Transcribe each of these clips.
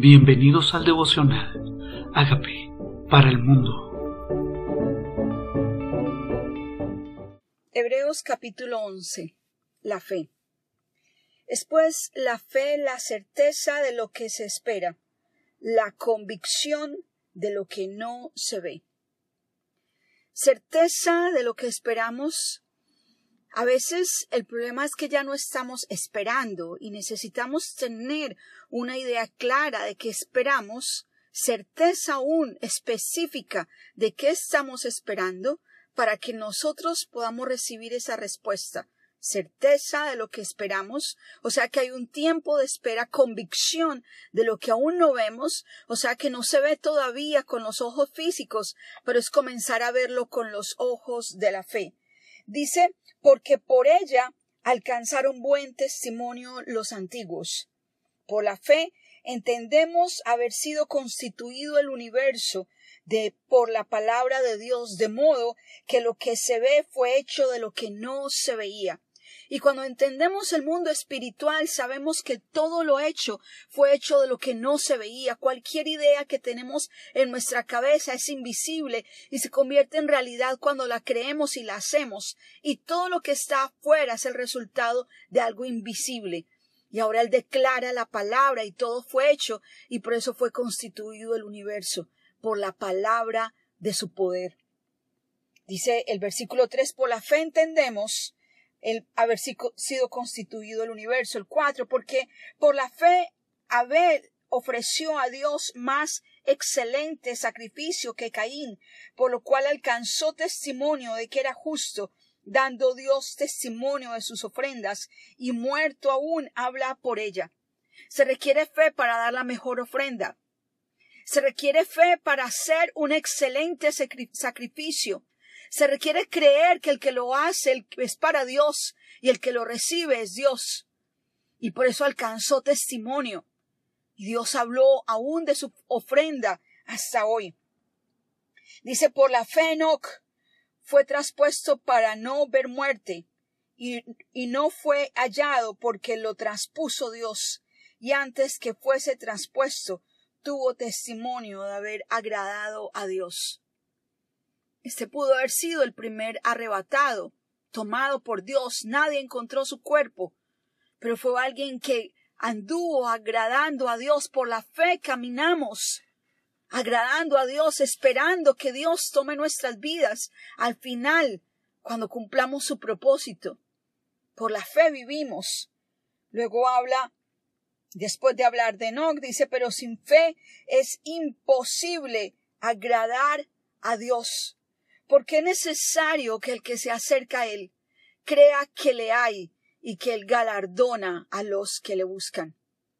Bienvenidos al devocional Ágape para el mundo. Hebreos capítulo 11. La fe. Es pues la fe la certeza de lo que se espera, la convicción de lo que no se ve. Certeza de lo que esperamos. A veces el problema es que ya no estamos esperando y necesitamos tener una idea clara de qué esperamos, certeza aún específica de qué estamos esperando para que nosotros podamos recibir esa respuesta. Certeza de lo que esperamos, o sea que hay un tiempo de espera, convicción de lo que aún no vemos, o sea que no se ve todavía con los ojos físicos, pero es comenzar a verlo con los ojos de la fe. Dice, porque por ella alcanzaron buen testimonio los antiguos. Por la fe entendemos haber sido constituido el universo por la palabra de Dios, de modo que lo que se ve fue hecho de lo que no se veía. Y cuando entendemos el mundo espiritual, sabemos que todo lo hecho fue hecho de lo que no se veía. Cualquier idea que tenemos en nuestra cabeza es invisible y se convierte en realidad cuando la creemos y la hacemos. Y todo lo que está afuera es el resultado de algo invisible. Y ahora Él declara la palabra y todo fue hecho y por eso fue constituido el universo, por la palabra de su poder. Dice el versículo 3, por la fe entendemos el haber sido constituido el universo. El 4, porque por la fe Abel ofreció a Dios más excelente sacrificio que Caín, por lo cual alcanzó testimonio de que era justo, dando Dios testimonio de sus ofrendas, y muerto aún habla por ella. Se requiere fe para dar la mejor ofrenda. Se requiere fe para hacer un excelente sacrificio. Se requiere creer que el que lo hace es para Dios y el que lo recibe es Dios. Y por eso alcanzó testimonio. Y Dios habló aún de su ofrenda hasta hoy. Dice, por la fe Enoc fue traspuesto para no ver muerte y no fue hallado porque lo traspuso Dios. Y antes que fuese traspuesto, tuvo testimonio de haber agradado a Dios. Este pudo haber sido el primer arrebatado, tomado por Dios. Nadie encontró su cuerpo, pero fue alguien que anduvo agradando a Dios. Por la fe caminamos, agradando a Dios, esperando que Dios tome nuestras vidas al final, cuando cumplamos su propósito. Por la fe vivimos. Luego habla, después de hablar de Enoc, dice, pero sin fe es imposible agradar a Dios. Porque es necesario que el que se acerca a Él crea que le hay y que Él galardona a los que le buscan.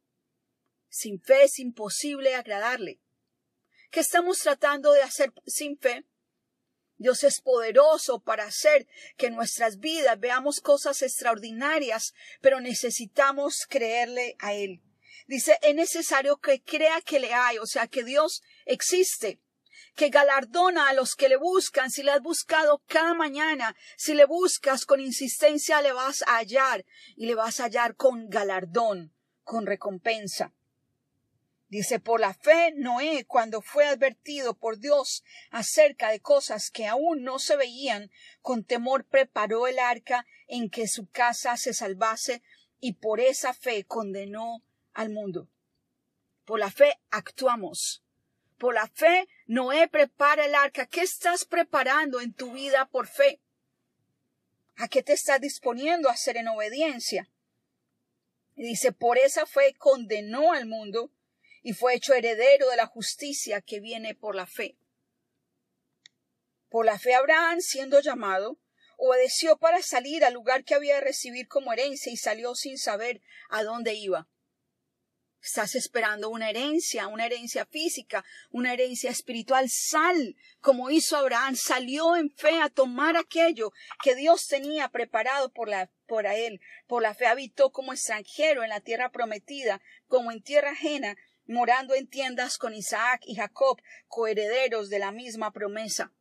Sin fe es imposible agradarle. ¿Qué estamos tratando de hacer sin fe? Dios es poderoso para hacer que en nuestras vidas veamos cosas extraordinarias, pero necesitamos creerle a Él. Dice, es necesario que crea que le hay, o sea, que Dios existe, que galardona a los que le buscan. Si le has buscado cada mañana, si le buscas con insistencia, le vas a hallar, y le vas a hallar con galardón, con recompensa. Dice, por la fe, Noé, cuando fue advertido por Dios acerca de cosas que aún no se veían, con temor preparó el arca en que su casa se salvase, y por esa fe condenó al mundo. Por la fe actuamos. Por la fe, Noé prepara el arca. ¿Qué estás preparando en tu vida por fe? ¿A qué te estás disponiendo a hacer en obediencia? Y dice, por esa fe condenó al mundo y fue hecho heredero de la justicia que viene por la fe. Por la fe Abraham, siendo llamado, obedeció para salir al lugar que había de recibir como herencia y salió sin saber a dónde iba. Estás esperando una herencia física, una herencia espiritual. Sal, como hizo Abraham, salió en fe a tomar aquello que Dios tenía preparado para él. Por la fe habitó como extranjero en la tierra prometida, como en tierra ajena, morando en tiendas con Isaac y Jacob, coherederos de la misma promesa.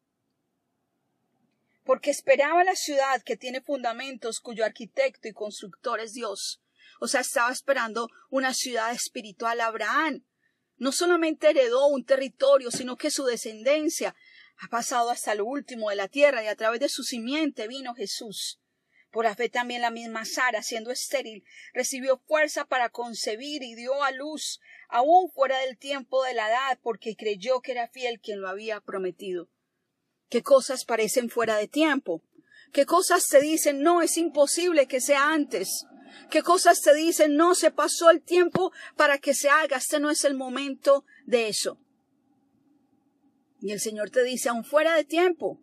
Porque esperaba la ciudad que tiene fundamentos, cuyo arquitecto y constructor es Dios. O sea, estaba esperando una ciudad espiritual. Abraham no solamente heredó un territorio, sino que su descendencia ha pasado hasta lo último de la tierra y a través de su simiente vino Jesús. Por la fe también la misma Sara, siendo estéril, recibió fuerza para concebir y dio a luz, aún fuera del tiempo de la edad, porque creyó que era fiel quien lo había prometido. ¿Qué cosas parecen fuera de tiempo? ¿Qué cosas te dicen, no, es imposible que sea antes? ¿Qué cosas te dicen, no, se pasó el tiempo para que se haga, este no es el momento de eso? Y el Señor te dice, aún fuera de tiempo,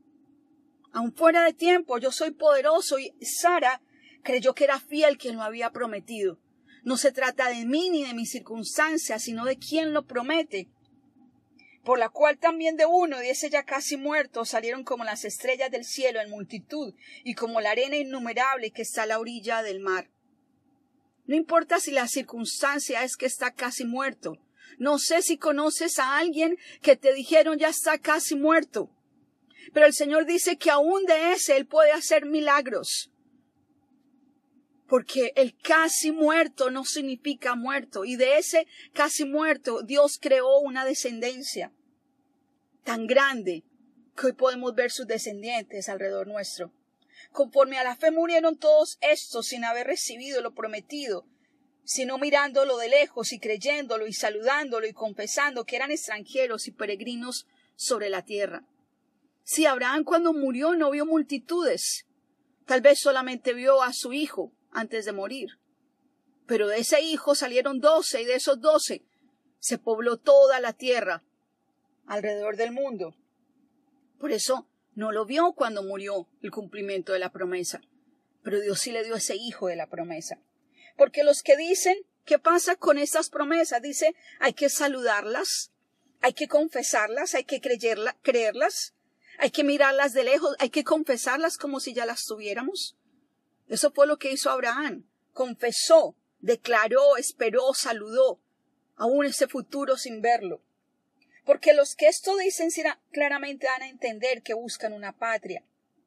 yo soy poderoso. Y Sara creyó que era fiel quien lo había prometido. No se trata de mí ni de mis circunstancias, sino de quien lo promete. Por la cual también de uno, y ese ya casi muerto, salieron como las estrellas del cielo en multitud, y como la arena innumerable que está a la orilla del mar. No importa si la circunstancia es que está casi muerto. No sé si conoces a alguien que te dijeron ya está casi muerto. Pero el Señor dice que aún de ese Él puede hacer milagros. Porque el casi muerto no significa muerto. Y de ese casi muerto Dios creó una descendencia tan grande que hoy podemos ver sus descendientes alrededor nuestro. Conforme a la fe murieron todos estos sin haber recibido lo prometido, sino mirándolo de lejos y creyéndolo y saludándolo y confesando que eran extranjeros y peregrinos sobre la tierra. Si Abraham cuando murió no vio multitudes, tal vez solamente vio a su hijo antes de morir. Pero de ese hijo salieron 12 y de esos 12 se pobló toda la tierra alrededor del mundo. Por eso no lo vio cuando murió el cumplimiento de la promesa. Pero Dios sí le dio ese hijo de la promesa. Porque los que dicen, ¿qué pasa con estas promesas? Dice, hay que saludarlas, hay que confesarlas, hay que creerlas, hay que mirarlas de lejos, hay que confesarlas como si ya las tuviéramos. Eso fue lo que hizo Abraham. Confesó, declaró, esperó, saludó, aún ese futuro sin verlo. Porque los que esto dicen claramente dan a entender que buscan una patria.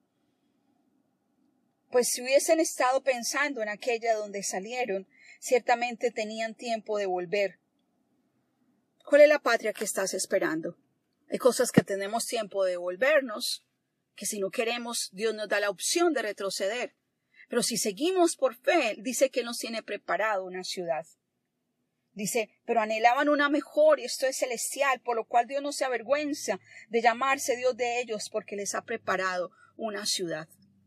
Pues si hubiesen estado pensando en aquella donde salieron, ciertamente tenían tiempo de volver. ¿Cuál es la patria que estás esperando? Hay cosas que tenemos tiempo de volvernos, que si no queremos, Dios nos da la opción de retroceder. Pero si seguimos por fe, dice que nos tiene preparado una ciudad. Dice, pero anhelaban una mejor y esto es celestial, por lo cual Dios no se avergüenza de llamarse Dios de ellos porque les ha preparado una ciudad.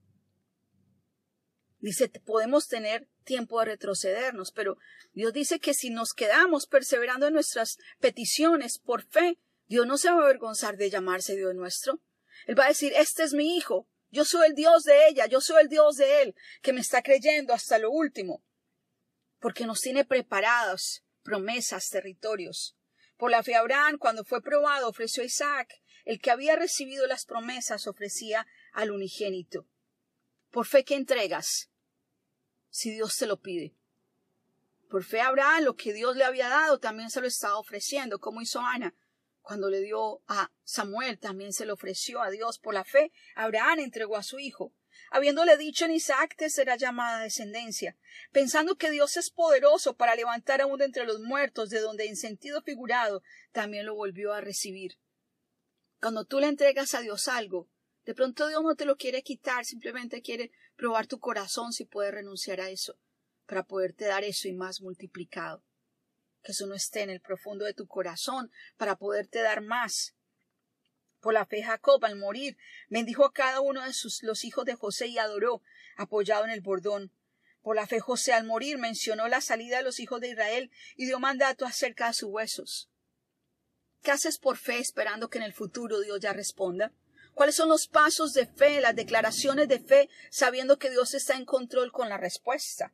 Dice, podemos tener tiempo de retrocedernos, pero Dios dice que si nos quedamos perseverando en nuestras peticiones por fe, Dios no se va a avergonzar de llamarse Dios nuestro. Él va a decir, este es mi hijo, yo soy el Dios de ella, yo soy el Dios de él, que me está creyendo hasta lo último, porque nos tiene preparados promesas, territorios. Por la fe Abraham, cuando fue probado, ofreció a Isaac. El que había recibido las promesas ofrecía al unigénito. ¿Por fe qué entregas? Si Dios te lo pide. Por fe Abraham, lo que Dios le había dado, también se lo estaba ofreciendo, como hizo Ana. Cuando le dio a Samuel, también se lo ofreció a Dios. Por la fe, Abraham entregó a su hijo. Habiéndole dicho en Isaac te será llamada descendencia, pensando que Dios es poderoso para levantar aún de entre los muertos, de donde en sentido figurado también lo volvió a recibir. Cuando tú le entregas a Dios algo, de pronto Dios no te lo quiere quitar, simplemente quiere probar tu corazón si puedes renunciar a eso, para poderte dar eso y más multiplicado. Que eso no esté en el profundo de tu corazón, para poderte dar más. Por la fe Jacob, al morir, bendijo a cada uno de los hijos de José y adoró, apoyado en el bordón. Por la fe José, al morir, mencionó la salida de los hijos de Israel y dio mandato acerca de sus huesos. ¿Qué haces por fe esperando que en el futuro Dios ya responda? ¿Cuáles son los pasos de fe, las declaraciones de fe, sabiendo que Dios está en control con la respuesta?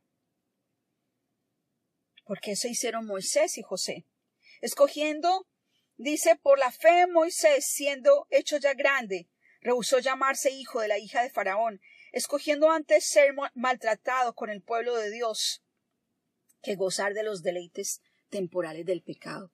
Porque eso hicieron Moisés y José. Escogiendo, dice, por la fe Moisés, siendo hecho ya grande, rehusó llamarse hijo de la hija de Faraón, escogiendo antes ser maltratado con el pueblo de Dios, que gozar de los deleites temporales del pecado.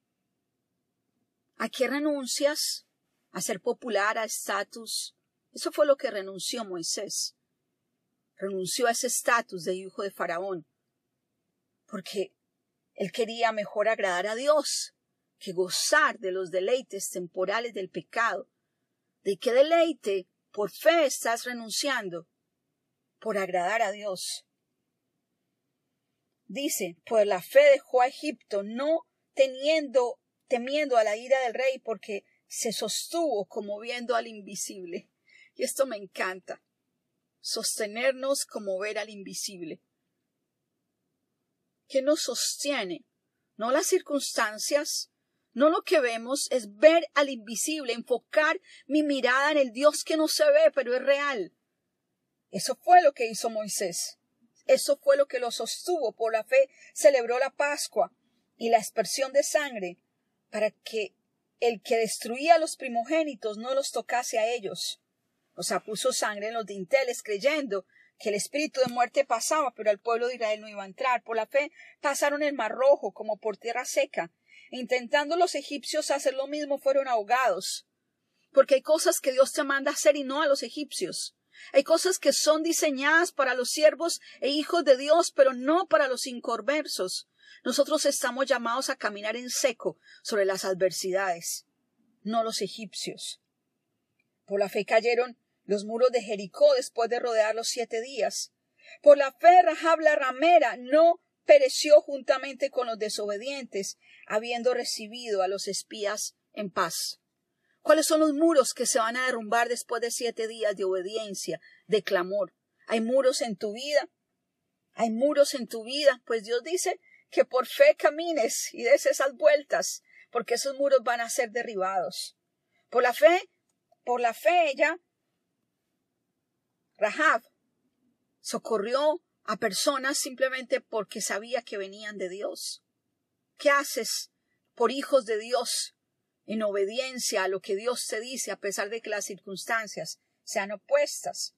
¿A qué renuncias? ¿A ser popular, a estatus? Eso fue lo que renunció Moisés. Renunció a ese estatus de hijo de Faraón, porque él quería mejor agradar a Dios. que gozar de los deleites temporales del pecado. ¿De qué deleite por fe estás renunciando? Por agradar a Dios. Dice, pues la fe dejó a Egipto, no temiendo a la ira del rey, porque se sostuvo como viendo al invisible. Y esto me encanta. Sostenernos como ver al invisible. ¿Qué nos sostiene? No las circunstancias, no lo que vemos, es ver al invisible, enfocar mi mirada en el Dios que no se ve, pero es real. Eso fue lo que hizo Moisés. Eso fue lo que lo sostuvo. Por la fe celebró la Pascua y la aspersión de sangre para que el que destruía a los primogénitos no los tocase a ellos. O sea, puso sangre en los dinteles creyendo que el espíritu de muerte pasaba, pero al pueblo de Israel no iba a entrar. Por la fe pasaron el Mar Rojo como por tierra seca. Intentando los egipcios hacer lo mismo, fueron ahogados. Porque hay cosas que Dios te manda hacer y no a los egipcios. Hay cosas que son diseñadas para los siervos e hijos de Dios, pero no para los inconversos. Nosotros estamos llamados a caminar en seco sobre las adversidades, no los egipcios. Por la fe cayeron los muros de Jericó después de rodearlos 7 días. Por la fe Rahab la ramera no pereció juntamente con los desobedientes, habiendo recibido a los espías en paz. ¿Cuáles son los muros que se van a derrumbar después de 7 días de obediencia, de clamor? ¿Hay muros en tu vida? ¿Hay muros en tu vida? Pues Dios dice que por fe camines y des esas vueltas, porque esos muros van a ser derribados. Por la fe ella, Rahab, socorrió a personas simplemente porque sabía que venían de Dios. ¿Qué haces por hijos de Dios en obediencia a lo que Dios te dice, a pesar de que las circunstancias sean opuestas?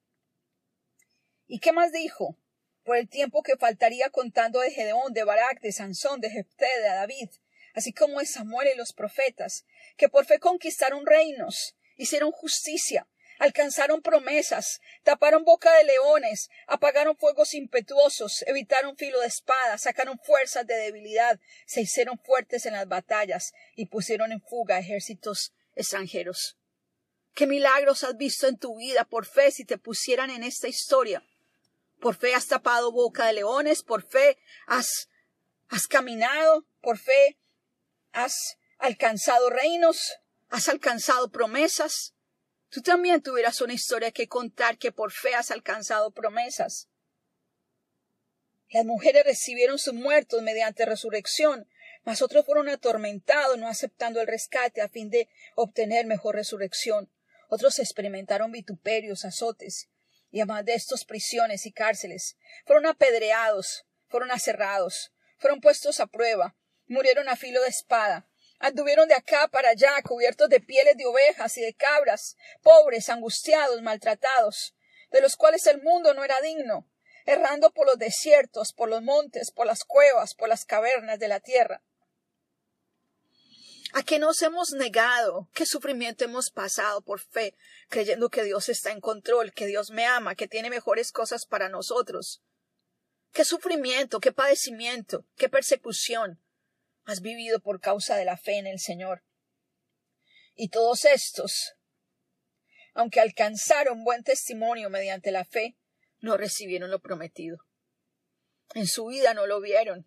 ¿Y qué más dijo? Por el tiempo que faltaría contando de Gedeón, de Barak, de Sansón, de Jefté, de David, así como de Samuel y los profetas, que por fe conquistaron reinos, hicieron justicia, alcanzaron promesas, taparon boca de leones, apagaron fuegos impetuosos, evitaron filo de espada, sacaron fuerzas de debilidad, se hicieron fuertes en las batallas y pusieron en fuga ejércitos extranjeros. ¿Qué milagros has visto en tu vida por fe si te pusieran en esta historia? Por fe has tapado boca de leones, por fe has caminado, por fe has alcanzado reinos, has alcanzado promesas. Tú también tuvieras una historia que contar que por fe has alcanzado promesas. Las mujeres recibieron sus muertos mediante resurrección, mas otros fueron atormentados no aceptando el rescate a fin de obtener mejor resurrección. Otros experimentaron vituperios, azotes, y además de estos prisiones y cárceles. Fueron apedreados, fueron aserrados, fueron puestos a prueba, murieron a filo de espada. Anduvieron de acá para allá, cubiertos de pieles de ovejas y de cabras, pobres, angustiados, maltratados, de los cuales el mundo no era digno, errando por los desiertos, por los montes, por las cuevas, por las cavernas de la tierra. ¿A qué nos hemos negado? ¿Qué sufrimiento hemos pasado por fe, creyendo que Dios está en control, que Dios me ama, que tiene mejores cosas para nosotros? ¿Qué sufrimiento, qué padecimiento, qué persecución has vivido por causa de la fe en el Señor? Y todos estos, aunque alcanzaron buen testimonio mediante la fe, no recibieron lo prometido. En su vida no lo vieron.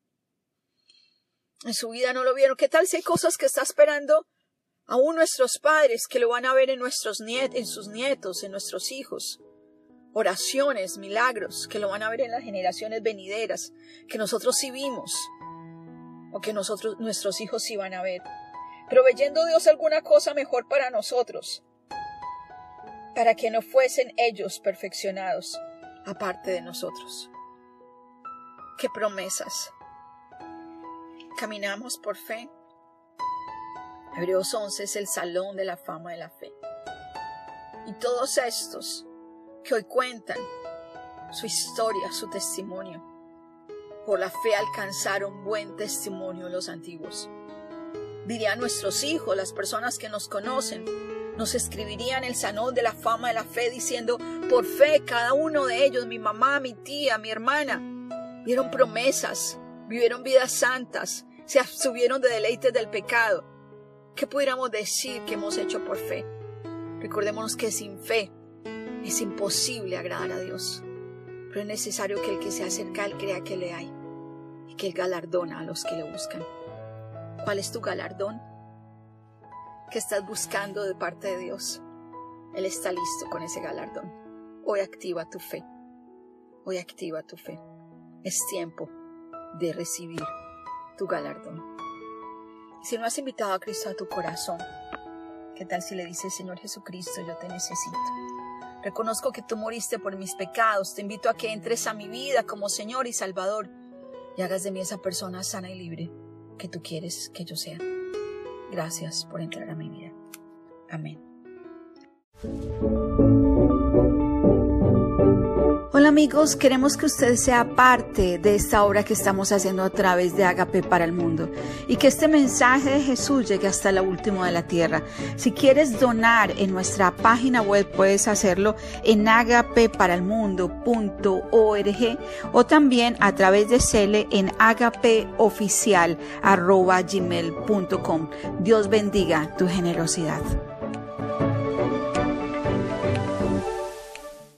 En su vida no lo vieron. ¿Qué tal si hay cosas que está esperando aún nuestros padres que lo van a ver en sus nietos, en nuestros hijos? Oraciones, milagros que lo van a ver en las generaciones venideras, que nosotros sí vimos, o que nuestros hijos sí van a ver. Proveyendo Dios alguna cosa mejor para nosotros, para que no fuesen ellos perfeccionados aparte de nosotros. ¡Qué promesas! Caminamos por fe. Hebreos 11 es el salón de la fama de la fe. Y todos estos que hoy cuentan su historia, su testimonio, por la fe alcanzaron buen testimonio los antiguos. Dirían nuestros hijos, las personas que nos conocen, nos escribirían el salón de la fama de la fe diciendo, por fe cada uno de ellos, mi mamá, mi tía, mi hermana, dieron promesas, vivieron vidas santas, se abstuvieron de deleites del pecado. ¿Qué pudiéramos decir que hemos hecho por fe? Recordémonos que sin fe es imposible agradar a Dios, pero es necesario que el que se acerca a Él crea que le hay y que Él galardona a los que le buscan. ¿Cuál es tu galardón? ¿Qué estás buscando de parte de Dios? Él está listo con ese galardón. Hoy activa tu fe. Hoy activa tu fe. Es tiempo de recibir tu galardón. Si no has invitado a Cristo a tu corazón, ¿qué tal si le dices: Señor Jesucristo, yo te necesito? Reconozco que tú moriste por mis pecados. Te invito a que entres a mi vida como Señor y Salvador y hagas de mí esa persona sana y libre que tú quieres que yo sea. Gracias por entrar a mi vida. Amén. Hola amigos, queremos que usted sea parte de esta obra que estamos haciendo a través de Ágape para el mundo y que este mensaje de Jesús llegue hasta lo último de la tierra. Si quieres donar en nuestra página web, puedes hacerlo en agapeparalmundo.org o también a través de Cele en agapeoficial@gmail.com. Dios bendiga tu generosidad.